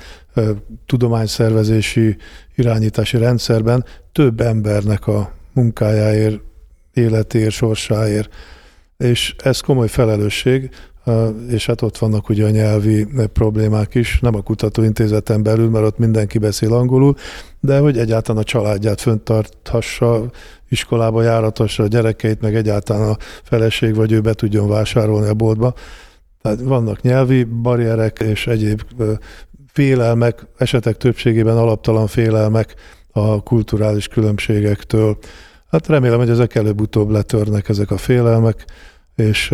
tudományszervezési, irányítási rendszerben több embernek a munkájáért, életéért, sorsáért. És ez komoly felelősség, és hát ott vannak ugye a nyelvi problémák is, nem a kutatóintézeten belül, mert ott mindenki beszél angolul, de hogy egyáltalán a családját fönntarthassa, iskolába járhathassa a gyerekeit, meg egyáltalán a feleség vagy ő be tudjon vásárolni a boltba. Tehát vannak nyelvi barrierek és egyéb félelmek, esetek többségében alaptalan félelmek a kulturális különbségektől. Hát remélem, hogy ezek előbb-utóbb letörnek ezek a félelmek, és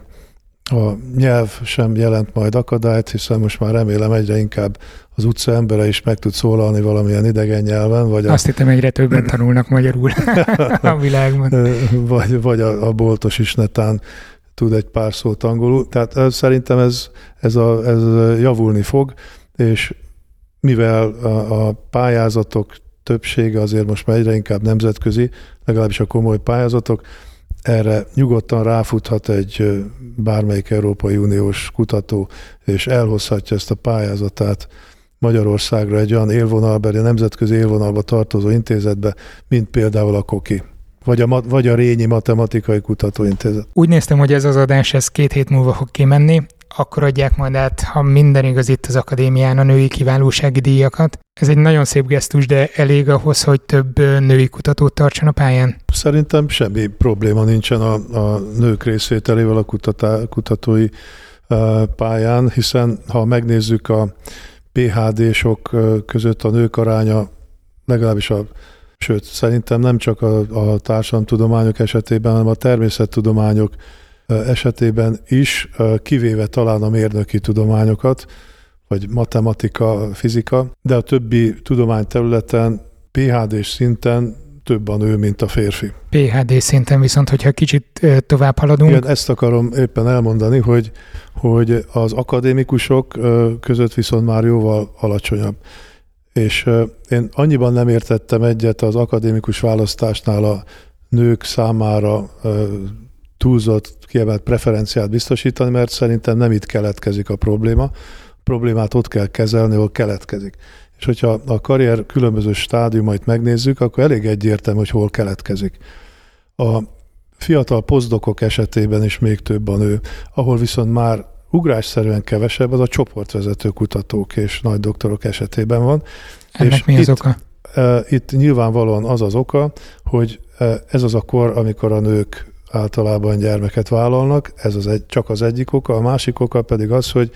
a nyelv sem jelent majd akadályt, hiszen most már remélem egyre inkább az utca embere is meg tud szólalni valamilyen idegen nyelven. Vagy Azt a... hittem, egyre többen tanulnak magyarul a világban. Vagy, vagy a, a boltos is netán tud egy pár szót angolul. Tehát szerintem ez, ez, a, ez javulni fog, és mivel a, a pályázatok többsége azért most már egyre inkább nemzetközi, legalábbis a komoly pályázatok, erre nyugodtan ráfuthat egy bármelyik Európai Uniós kutató, és elhozhatja ezt a pályázatát Magyarországra egy olyan élvonalba, egy nemzetközi élvonalba tartozó intézetbe, mint például a KOKI, vagy a, vagy a Rényi Matematikai Kutatóintézet. Úgy néztem, hogy ez az adás ez két hét múlva fog kimenni, akkor adják majd át, ha minden igaz, itt az akadémián a női kiválósági díjakat. Ez egy nagyon szép gesztus, de elég ahhoz, hogy több női kutatót tartson a pályán? Szerintem semmi probléma nincsen a, a nők részvételével a kutatá, kutatói uh, pályán, hiszen ha megnézzük a pé há dé-sok között a nők aránya, legalábbis a sőt, szerintem nem csak a, a társadalomtudományok esetében, hanem a természettudományok esetében is, kivéve talán a mérnöki tudományokat, vagy matematika, fizika, de a többi tudományterületen pé há dés szinten több a nő, mint a férfi. pé há dé szinten viszont, hogyha kicsit tovább haladunk. Igen, ezt akarom éppen elmondani, hogy, hogy az akadémikusok között viszont már jóval alacsonyabb. És én annyiban nem értettem egyet az akadémikus választásnál a nők számára túlzott, kiemelt preferenciát biztosítani, mert szerintem nem itt keletkezik a probléma. A problémát ott kell kezelni, ahol keletkezik. És hogyha a karrier különböző stádiumait megnézzük, akkor elég egyértelmű, hogy hol keletkezik. A fiatal posztdokok esetében is még több a nő, ahol viszont már ugrásszerűen kevesebb, az a csoportvezető kutatók és nagy doktorok esetében van. Ennek és mi az itt, oka? Itt nyilvánvalóan az az oka, hogy ez az a kor, amikor a nők általában gyermeket vállalnak, ez az egy, csak az egyik oka, a másik oka pedig az, hogy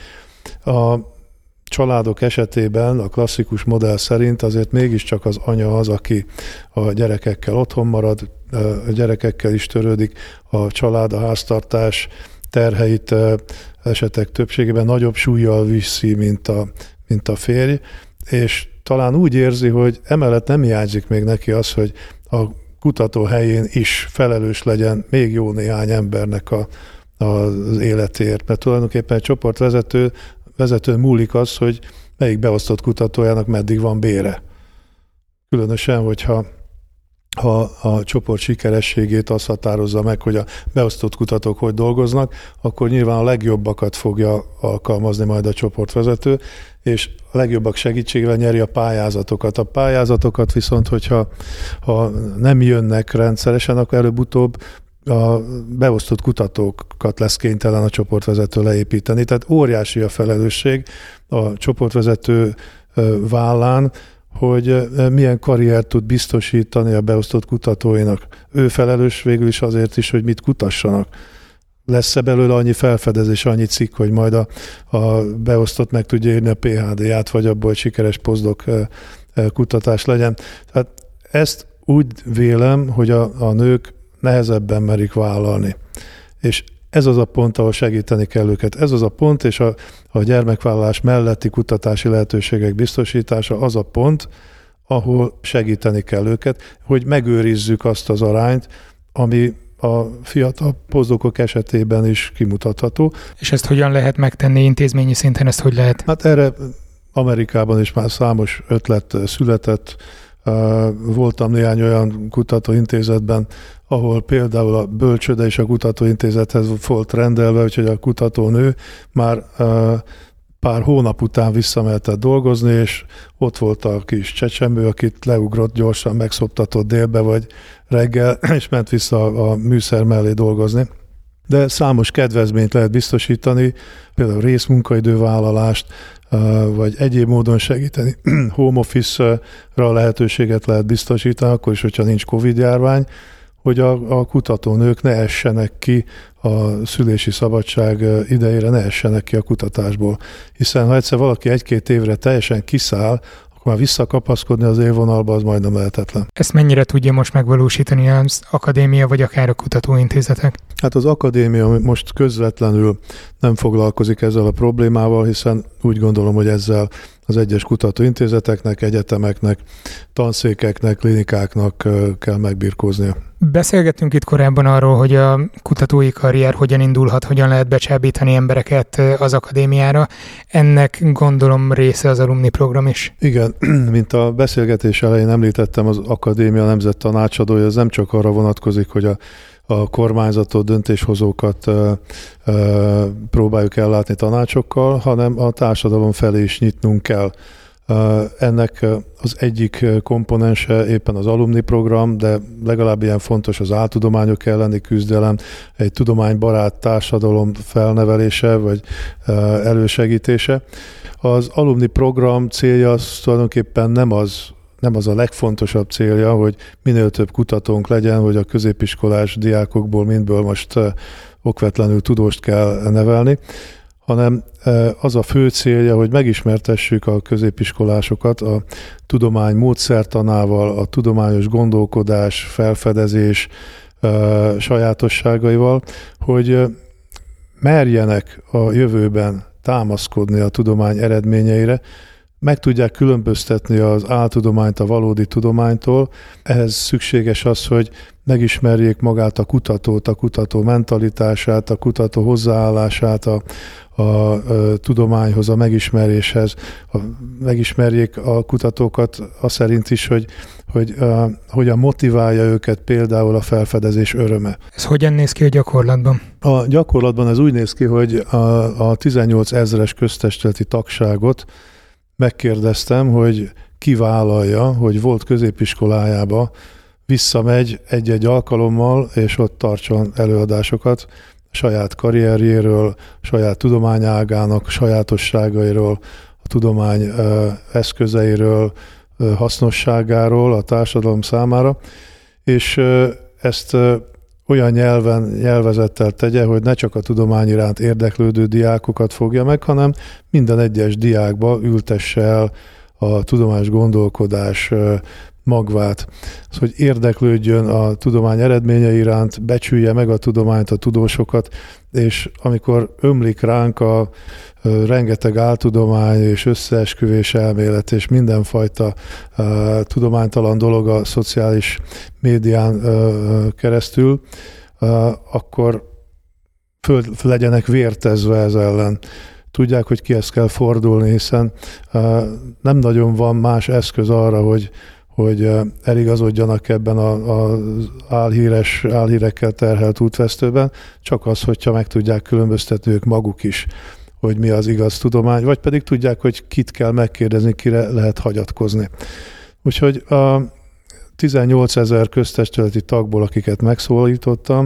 a családok esetében a klasszikus modell szerint azért mégiscsak az anya az, aki a gyerekekkel otthon marad, a gyerekekkel is törődik, a család, a háztartás terheit esetek többségében nagyobb súllyal viszi, mint a, mint a férj, és talán úgy érzi, hogy emellett nem hiányzik még neki az, hogy a kutató helyén is felelős legyen még jó néhány embernek a, az életéért, mert tulajdonképpen egy csoportvezető vezetőn múlik az, hogy melyik beosztott kutatójának meddig van bére. Különösen, hogyha ha a csoport sikerességét azt határozza meg, hogy a beosztott kutatók hogy dolgoznak, akkor nyilván a legjobbakat fogja alkalmazni majd a csoportvezető, és a legjobbak segítségével nyeri a pályázatokat. A pályázatokat viszont, hogyha ha nem jönnek rendszeresen, akkor előbb-utóbb a beosztott kutatókat lesz kénytelen a csoportvezető leépíteni. Tehát óriási a felelősség a csoportvezető vállán, hogy milyen karriert dd biztosítani a beosztott kutatóinak. Ő felelős végül is azért is, hogy mit kutassanak. Lesz-e belőle annyi felfedezés, annyi cikk, hogy majd a, a beosztott meg tudja írni a pé há dé-ját, vagy abból, hogy sikeres posztdok kutatás legyen. Tehát ezt úgy vélem, hogy a, a nők nehezebben merik vállalni. És ez az a pont, ahol segíteni kell őket. Ez az a pont, és a, a gyermekvállalás melletti kutatási lehetőségek biztosítása az a pont, ahol segíteni kell őket, hogy megőrizzük azt az arányt, ami a fiatal posztdokok esetében is kimutatható. És ezt hogyan lehet megtenni intézményi szinten, ezt hogy lehet? Hát erre Amerikában is már számos ötlet született. Voltam néhány olyan kutatóintézetben, ahol például a bölcsőde és a kutatóintézethez volt rendelve, úgyhogy a kutatónő már pár hónap után visszamehetett dolgozni, és ott volt a kis csecsemő, akit leugrott, gyorsan megszoptatott délbe vagy reggel, és ment vissza a műszer mellé dolgozni. De számos kedvezményt lehet biztosítani, például részmunkaidővállalást, vagy egyéb módon segíteni. Home office-ra lehetőséget lehet biztosítani, akkor is, hogyha nincs Covid-járvány, hogy a, a kutatónők ne essenek ki a szülési szabadság idejére, ne essenek ki a kutatásból. Hiszen ha egyszer valaki egy-két évre teljesen kiszáll, akkor visszakapaszkodni az élvonalba, az majdnem lehetetlen. Ezt mennyire tudja most megvalósítani az akadémia, vagy akár a kutatóintézetek? Hát az akadémia most közvetlenül nem foglalkozik ezzel a problémával, hiszen úgy gondolom, hogy ezzel az egyes kutatóintézeteknek, egyetemeknek, tanszékeknek, klinikáknak kell megbirkóznia. Beszélgettünk itt korábban arról, hogy a kutatói karrier hogyan indulhat, hogyan lehet becsábítani embereket az akadémiára. Ennek gondolom része az alumni program is. Igen, mint a beszélgetés elején említettem, az akadémia nemzet tanácsadója, ez nem csak arra vonatkozik, hogy a a kormányzatot, döntéshozókat ö, ö, próbáljuk ellátni tanácsokkal, hanem a társadalom felé is nyitnunk kell. Ö, ennek az egyik komponense éppen az alumni program, de legalább ilyen fontos az áltudományok elleni küzdelem, egy tudománybarát társadalom felnevelése vagy ö, elősegítése. Az alumni program célja az tulajdonképpen nem az, nem az a legfontosabb célja, hogy minél több kutatónk legyen, hogy a középiskolás diákokból mindből most okvetlenül tudóst kell nevelni, hanem az a fő célja, hogy megismertessük a középiskolásokat a tudomány módszertanával, a tudományos gondolkodás, felfedezés sajátosságaival, hogy merjenek a jövőben támaszkodni a tudomány eredményeire, meg tudják különböztetni az áltudományt a valódi tudománytól. Ehhez szükséges az, hogy megismerjék magát a kutatót, a kutató mentalitását, a kutató hozzáállását a, a, a tudományhoz, a megismeréshez. A, megismerjék a kutatókat azt szerint is, hogy, hogy a, hogyan motiválja őket például a felfedezés öröme. Ez hogyan néz ki a gyakorlatban? A gyakorlatban ez úgy néz ki, hogy a, a tizennyolc ezres köztestületi tagságot megkérdeztem, hogy ki vállalja, hogy volt középiskolájába, visszamegy egy-egy alkalommal, és ott tartson előadásokat saját karrierjéről, saját tudományágának sajátosságairól, a tudomány eszközeiről, hasznosságáról a társadalom számára, és ezt olyan nyelven, nyelvezettel tegye, hogy ne csak a tudomány iránt érdeklődő diákokat fogja meg, hanem minden egyes diákba ültesse el a tudományos gondolkodás magvát. Az, hogy érdeklődjön a tudomány eredményei iránt, becsülje meg a tudományt, a tudósokat, és amikor ömlik ránk a rengeteg áltudomány és összeesküvés elmélet és mindenfajta uh, tudománytalan dolog a szociális médián uh, keresztül, uh, akkor föl legyenek vértezve ez ellen. Tudják, hogy kihez kell fordulni, hiszen uh, nem nagyon van más eszköz arra, hogy hogy eligazodjanak ebben az álhíres, álhírekkel terhelt útvesztőben, csak az, hogyha meg tudják különböztetni ők maguk is, hogy mi az igaz tudomány, vagy pedig tudják, hogy kit kell megkérdezni, kire lehet hagyatkozni. Úgyhogy a tizennyolc ezer köztestületi tagból, akiket megszólítottam,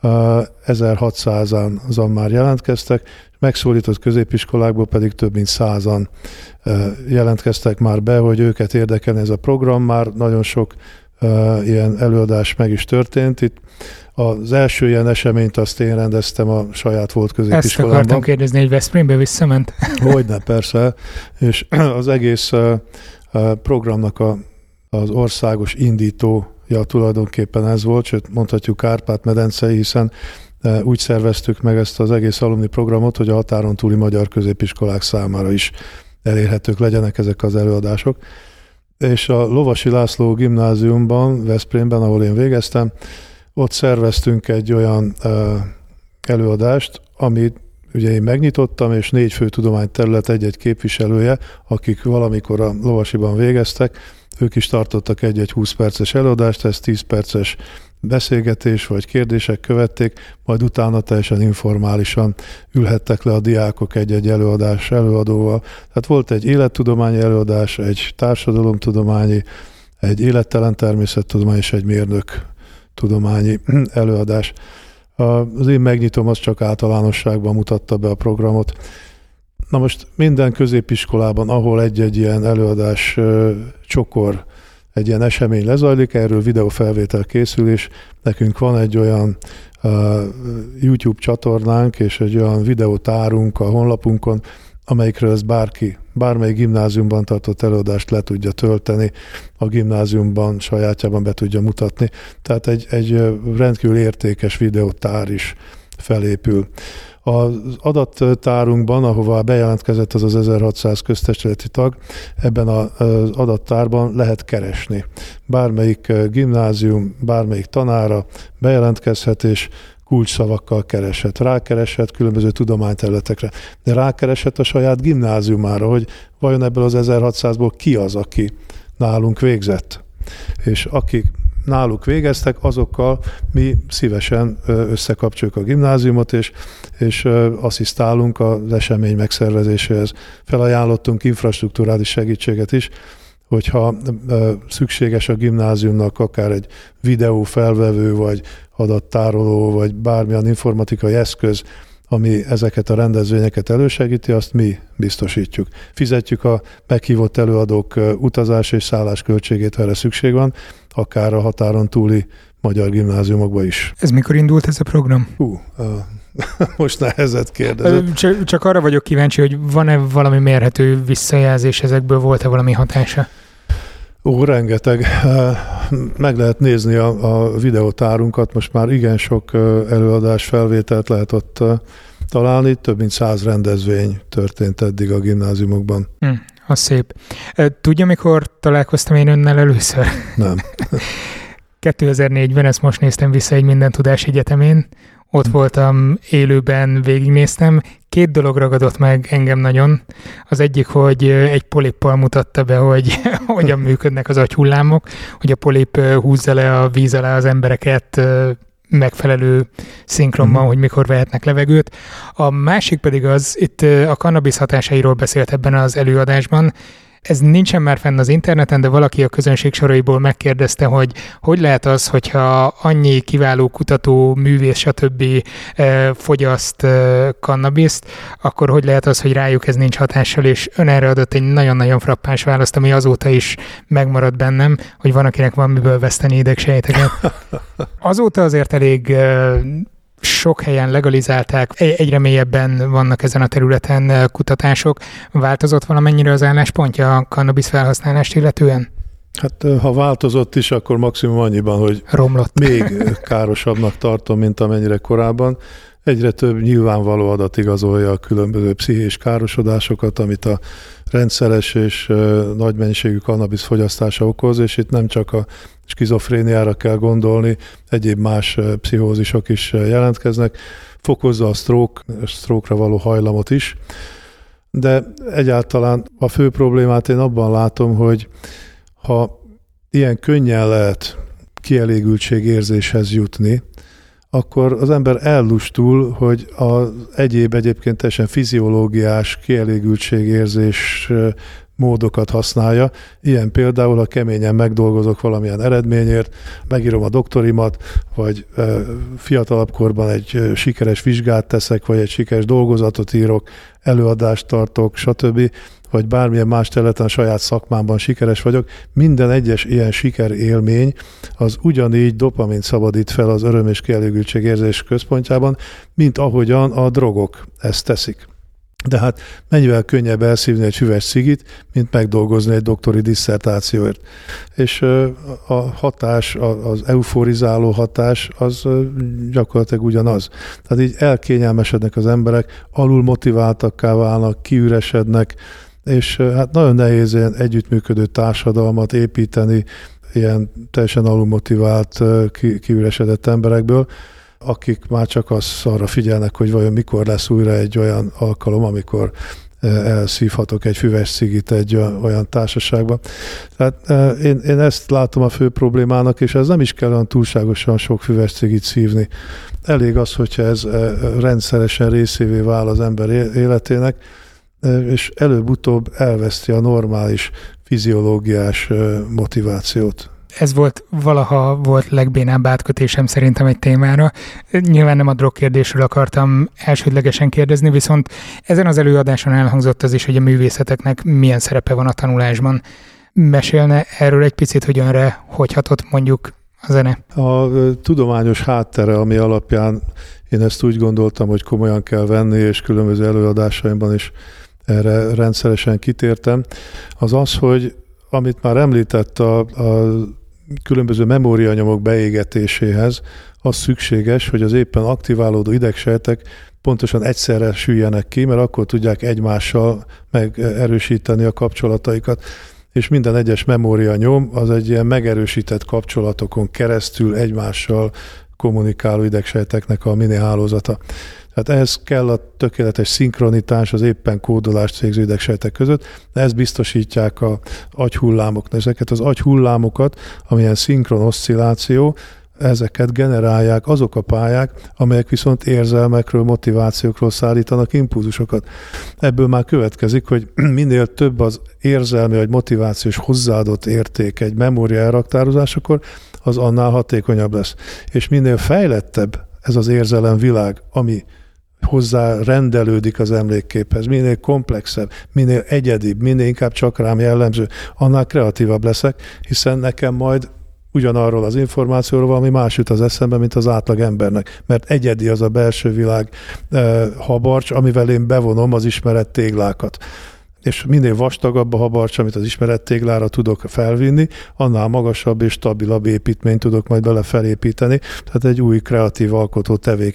ezerhatszázan azon már jelentkeztek, megszólított középiskolákból pedig több mint százan jelentkeztek már be, hogy őket érdekelne ez a program, már nagyon sok ilyen előadás meg is történt. Itt az első ilyen eseményt azt én rendeztem a saját volt középiskolámban. Ezt akartam kérdezni, hogy Veszprémbe visszament? Hogyne, persze. És az egész programnak a, az országos indítója tulajdonképpen ez volt, sőt mondhatjuk Kárpát-medencei, hiszen úgy szerveztük meg ezt az egész alumni programot, hogy a határon túli magyar középiskolák számára is elérhetők legyenek ezek az előadások. És a Lovasi László gimnáziumban, Veszprémben, ahol én végeztem, ott szerveztünk egy olyan előadást, amit ugye én megnyitottam, és négy fő tudományterület egy-egy képviselője, akik valamikor a Lovasiban végeztek, ők is tartottak egy-egy húsz perces előadást, ez tíz perces beszélgetés vagy kérdések követték, majd utána teljesen informálisan ülhettek le a diákok egy-egy előadás előadóval. Tehát volt egy élettudományi előadás, egy társadalomtudományi, egy élettelen természettudományi és egy mérnök tudományi előadás. Az én megnyitom, az csak általánosságban mutatta be a programot. Na most minden középiskolában, ahol egy-egy ilyen előadás csokor, egy ilyen esemény lezajlik, erről videófelvétel készül, és nekünk van egy olyan uh, YouTube csatornánk, és egy olyan videótárunk a honlapunkon, amelyikről ezt bárki bármely gimnáziumban tartott előadást le tudja tölteni, a gimnáziumban sajátjában be tudja mutatni. Tehát egy, egy rendkívül értékes videótár is felépül. Az adattárunkban, ahová bejelentkezett az az ezerhatszáz köztestületi tag, ebben az adattárban lehet keresni. Bármelyik gimnázium, bármelyik tanára bejelentkezhet, és kulcsszavakkal kereshet. Rákereshet különböző tudományterületekre, de rákereshet a saját gimnáziumára, hogy vajon ebből az ezerhatszázból ki az, aki nálunk végzett. És akik náluk végeztek, azokkal mi szívesen összekapcsoljuk a gimnáziumot, és, és asszisztálunk az esemény megszervezéséhez. Felajánlottunk infrastrukturális segítséget is, hogyha szükséges a gimnáziumnak akár egy videófelvevő, vagy adattároló, vagy bármilyen informatikai eszköz, ami ezeket a rendezvényeket elősegíti, azt mi biztosítjuk. Fizetjük a meghívott előadók utazás és szállás költségét, ha erre szükség van, akár a határon túli magyar gimnáziumokba is. Ez mikor indult ez a program? Hú, uh, most nehezet kérdezett. Csak, csak arra vagyok kíváncsi, hogy van-e valami mérhető visszajelzés ezekből, volt-e valami hatása? Ó, rengeteg. Meg lehet nézni a, a videótárunkat, most már igen sok előadás felvételt lehet ott találni, több mint száz rendezvény történt eddig a gimnáziumokban. Hm, az szép. Tudja, mikor találkoztam én önnel először? Nem. kétezer-négyben, ezt most néztem vissza egy Minden Tudás Egyetemén, ott voltam, élőben végignéztem. Két dolog ragadott meg engem nagyon. Az egyik, hogy egy polippal mutatta be, hogy hogyan működnek az agyhullámok, hogy a polipp húzza le a víz alá az embereket megfelelő szinkronban, uh-huh. hogy mikor vehetnek levegőt. A másik pedig az, itt a kannabisz hatásairól beszélt ebben az előadásban. Ez nincsen már fenn az interneten, de valaki a közönség soraiból megkérdezte, hogy hogy lehet az, hogyha annyi kiváló kutató, művész, stb. Fogyaszt kannabiszt, akkor hogy lehet az, hogy rájuk ez nincs hatással, és ön erre adott egy nagyon-nagyon frappáns választ, ami azóta is megmaradt bennem, hogy van, akinek van miből veszteni idegsejteket. Azóta azért elég sok helyen legalizálták, egyre mélyebben vannak ezen a területen kutatások. Változott valamennyire az álláspontja a kannabisz felhasználást illetően? Hát ha változott is, akkor maximum annyiban, hogy romlott. Még károsabbnak tartom, mint amennyire korábban. Egyre több nyilvánvaló adat igazolja a különböző pszichés károsodásokat, amit a rendszeres és nagy mennyiségű kannabisz fogyasztása okoz, és itt nem csak a skizofréniára kell gondolni, egyéb más pszichózisok is jelentkeznek, fokozza a stroke, stroke-ra való hajlamot is, de egyáltalán a fő problémát én abban látom, hogy ha ilyen könnyen lehet kielégültségérzéshez jutni, akkor az ember ellustul, hogy az egyéb egyébként teljesen fiziológiás kielégültségérzés módokat használja. Ilyen például, ha keményen megdolgozok valamilyen eredményért, megírom a doktorimat, vagy fiatalabb korban egy sikeres vizsgát teszek, vagy egy sikeres dolgozatot írok, előadást tartok, stb., vagy bármilyen más területen saját szakmámban sikeres vagyok, minden egyes ilyen sikerélmény az ugyanígy dopamint szabadít fel az öröm és kielégültség érzés központjában, mint ahogyan a drogok ezt teszik. De hát mennyivel könnyebb elszívni egy füves cigit, mint megdolgozni egy doktori disszertációért. És a hatás, az euforizáló hatás, az gyakorlatilag ugyanaz. Tehát így elkényelmesednek az emberek, alul motiváltakká válnak, kiüresednek, és hát nagyon nehéz ilyen együttműködő társadalmat építeni ilyen teljesen alulmotivált, ki, kiüresedett emberekből, akik már csak az arra figyelnek, hogy vajon mikor lesz újra egy olyan alkalom, amikor elszívhatok egy füves cigit egy olyan társaságban. Tehát én, én ezt látom a fő problémának, és ez nem is kell olyan túlságosan sok füves cigit szívni. Elég az, hogyha ez rendszeresen részévé vál az ember életének, és előbb-utóbb elveszti a normális fiziológiás motivációt. Ez volt, valaha volt legbénább átkötésem szerintem egy témára. Nyilván nem a drog kérdésről akartam elsődlegesen kérdezni, viszont ezen az előadáson elhangzott az is, hogy a művészeteknek milyen szerepe van a tanulásban. Mesélne erről egy picit, hogy önre hogy hatott mondjuk a zene? A tudományos háttere, ami alapján én ezt úgy gondoltam, hogy komolyan kell venni, és különböző előadásaimban is erre rendszeresen kitértem, az az, hogy amit már említett a, a különböző memórianyomok beégetéséhez, az szükséges, hogy az éppen aktiválódó idegsejtek pontosan egyszerre süljenek ki, mert akkor tudják egymással megerősíteni a kapcsolataikat. És minden egyes memórianyom az egy ilyen megerősített kapcsolatokon keresztül egymással kommunikáló idegsejteknek a mini hálózata. Tehát ehhez kell a tökéletes szinkronitás az éppen kódolást végző idegsejtek között, de ezt biztosítják az agyhullámok. Ezeket az agyhullámokat, amilyen szinkron oszcilláció, ezeket generálják azok a pályák, amelyek viszont érzelmekről, motivációkról szállítanak impulzusokat. Ebből már következik, hogy minél több az érzelmi vagy motivációs hozzáadott érték egy memória elraktározásakor, az annál hatékonyabb lesz. És minél fejlettebb ez az érzelemvilág, ami hozzá rendelődik az emlékképhez, minél komplexebb, minél egyedibb, minél inkább csak rám jellemző, annál kreatívabb leszek, hiszen nekem majd ugyanarról az információról valami más jut az eszembe, mint az átlag embernek, mert egyedi az a belső világ e, habarcs, amivel én bevonom az ismeret téglákat. És minél vastagabb a habarcs, amit az ismeret téglára tudok felvinni, annál magasabb és stabilabb építményt tudok majd bele felépíteni. Tehát egy új kreatív alkotó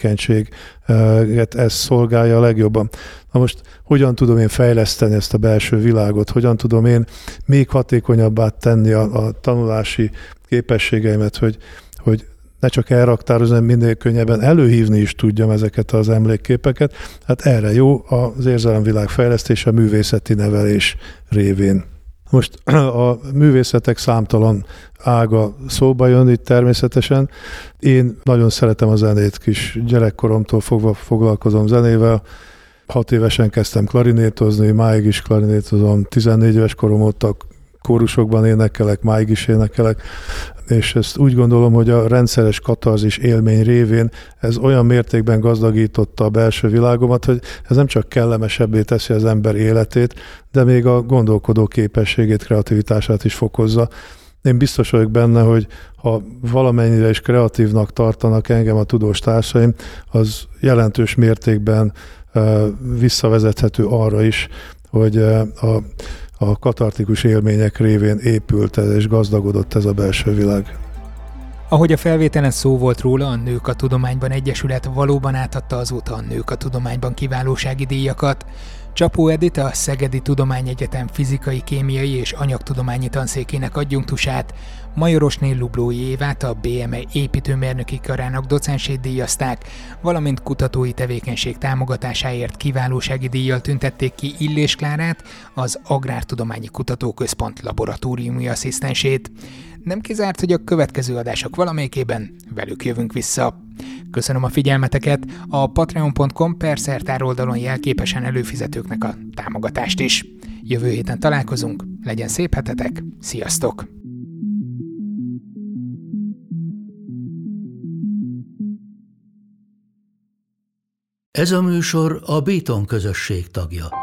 tevékenységet ez szolgálja a legjobban. Na most hogyan tudom én fejleszteni ezt a belső világot, hogyan tudom én még hatékonyabbá tenni a, a tanulási képességeimet, hogy, hogy ne csak elraktározni, minél könnyebben előhívni is tudjam ezeket az emlékképeket. Hát erre jó az érzelemvilág fejlesztése, a művészeti nevelés révén. Most a művészetek számtalan ága szóba jön itt természetesen. Én nagyon szeretem a zenét, kis gyerekkoromtól fogva foglalkozom zenével. Hat évesen kezdtem klarinétozni, máig is klarinétozom, tizennégy éves korom óta kórusokban énekelek, máig is énekelek, és ezt úgy gondolom, hogy a rendszeres katarzis élmény révén ez olyan mértékben gazdagította a belső világomat, hogy ez nem csak kellemesebbé teszi az ember életét, de még a gondolkodó képességét, kreativitását is fokozza. Én biztos vagyok benne, hogy ha valamennyire is kreatívnak tartanak engem a tudós társaim, az jelentős mértékben uh, visszavezethető arra is, hogy uh, a a katartikus élmények révén épült ez és gazdagodott ez a belső világ. Ahogy a felvételen szó volt róla, a Nők a Tudományban Egyesület valóban átadta azóta a Nők a Tudományban kiválósági díjakat. Csapó Edit, a Szegedi Tudományegyetem fizikai, kémiai és anyagtudományi tanszékének adjunktusát, Majorosné Lublói Évát, a bé em e építőmérnöki karának docensét díjazták, valamint kutatói tevékenység támogatásáért kiválósági díjjal tüntették ki Illés Klárát, az Agrártudományi Kutatóközpont laboratóriumi asszisztensét. Nem kizárt, hogy a következő adások valamelyikében velük jövünk vissza. Köszönöm a figyelmeteket, a patreon pont com per szertár oldalon jelképesen előfizetőknek a támogatást is. Jövő héten találkozunk, legyen szép hetetek, sziasztok! Ez a műsor a Béton közösség tagja.